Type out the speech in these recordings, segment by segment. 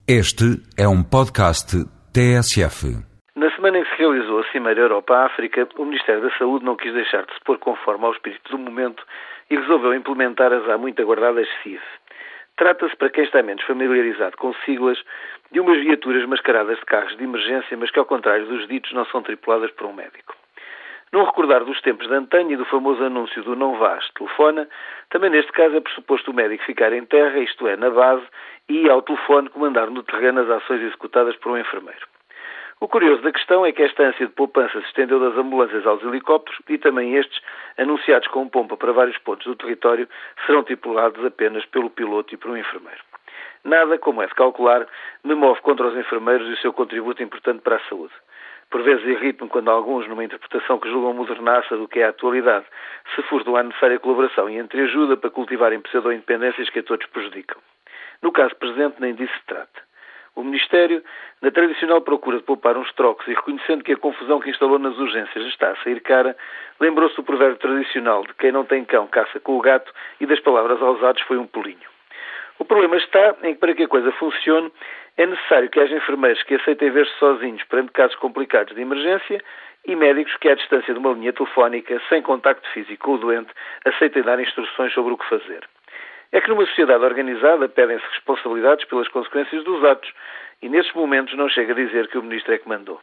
Este é um podcast TSF. Na semana em que se realizou a Cimeira Europa-África, o Ministério da Saúde não quis deixar de se pôr conforme ao espírito do momento e resolveu implementar as há muito aguardadas CIV. Trata-se, para quem está menos familiarizado com siglas, de umas viaturas mascaradas de carros de emergência, mas que, ao contrário dos ditos, não são tripuladas por um médico. Num recordar dos tempos de antanho e do famoso anúncio do não vás, telefona, também neste caso é pressuposto o médico ficar em terra, isto é, na base, e ao telefone comandar no terreno as ações executadas por um enfermeiro. O curioso da questão é que esta ânsia de poupança se estendeu das ambulâncias aos helicópteros e também estes, anunciados com pompa para vários pontos do território, serão tripulados apenas pelo piloto e por um enfermeiro. Nada, como é de calcular, me move contra os enfermeiros e o seu contributo importante para a saúde. Por vezes irrito-me quando alguns, numa interpretação que julgam modernaça do que é a atualidade, se furtam à necessária colaboração e entreajuda para cultivarem pseudo-independências que a todos prejudicam. No caso presente, nem disso se trata. O Ministério, na tradicional procura de poupar uns trocos e reconhecendo que a confusão que instalou nas urgências está a sair cara, lembrou-se do provérbio tradicional de quem não tem cão caça com o gato e das palavras aos atos foi um pulinho. O problema está em que, para que a coisa funcione, é necessário que haja enfermeiros que aceitem ver-se sozinhos perante casos complicados de emergência e médicos que, à distância de uma linha telefónica, sem contacto físico com o doente, aceitem dar instruções sobre o que fazer. É que numa sociedade organizada pedem-se responsabilidades pelas consequências dos atos e, nesses momentos, não chega a dizer que o Ministro é que mandou.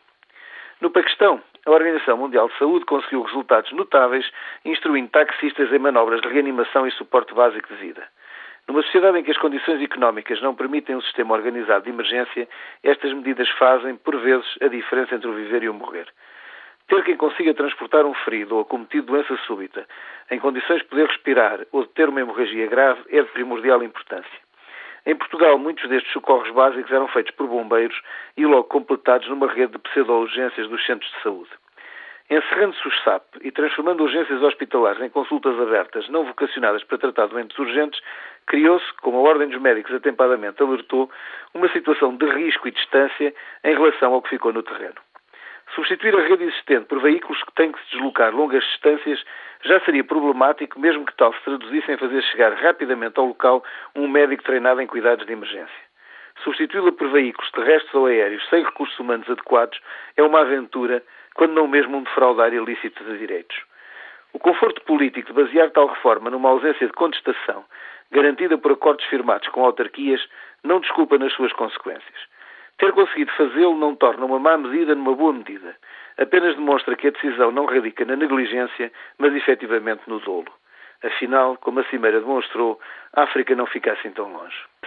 No Paquistão, a Organização Mundial de Saúde conseguiu resultados notáveis instruindo taxistas em manobras de reanimação e suporte básico de vida. Numa sociedade em que as condições económicas não permitem um sistema organizado de emergência, estas medidas fazem, por vezes, a diferença entre o viver e o morrer. Ter quem consiga transportar um ferido ou acometido de doença súbita, em condições de poder respirar ou de ter uma hemorragia grave, é de primordial importância. Em Portugal, muitos destes socorros básicos eram feitos por bombeiros e logo completados numa rede de pseudo-urgências dos centros de saúde. Encerrando-se o SAP e transformando urgências hospitalares em consultas abertas não vocacionadas para tratar doentes urgentes, criou-se, como a Ordem dos Médicos atempadamente alertou, uma situação de risco e distância em relação ao que ficou no terreno. Substituir a rede existente por veículos que têm que se deslocar longas distâncias já seria problemático, mesmo que tal se traduzisse em fazer chegar rapidamente ao local um médico treinado em cuidados de emergência. Substituí-la por veículos terrestres ou aéreos sem recursos humanos adequados é uma aventura, quando não mesmo um defraudar ilícito de direitos. O conforto político de basear tal reforma numa ausência de contestação, garantida por acordos firmados com autarquias, não desculpa nas suas consequências. Ter conseguido fazê-lo não torna uma má medida numa boa medida. Apenas demonstra que a decisão não radica na negligência, mas efetivamente no dolo. Afinal, como a Cimeira demonstrou, a África não fica assim tão longe.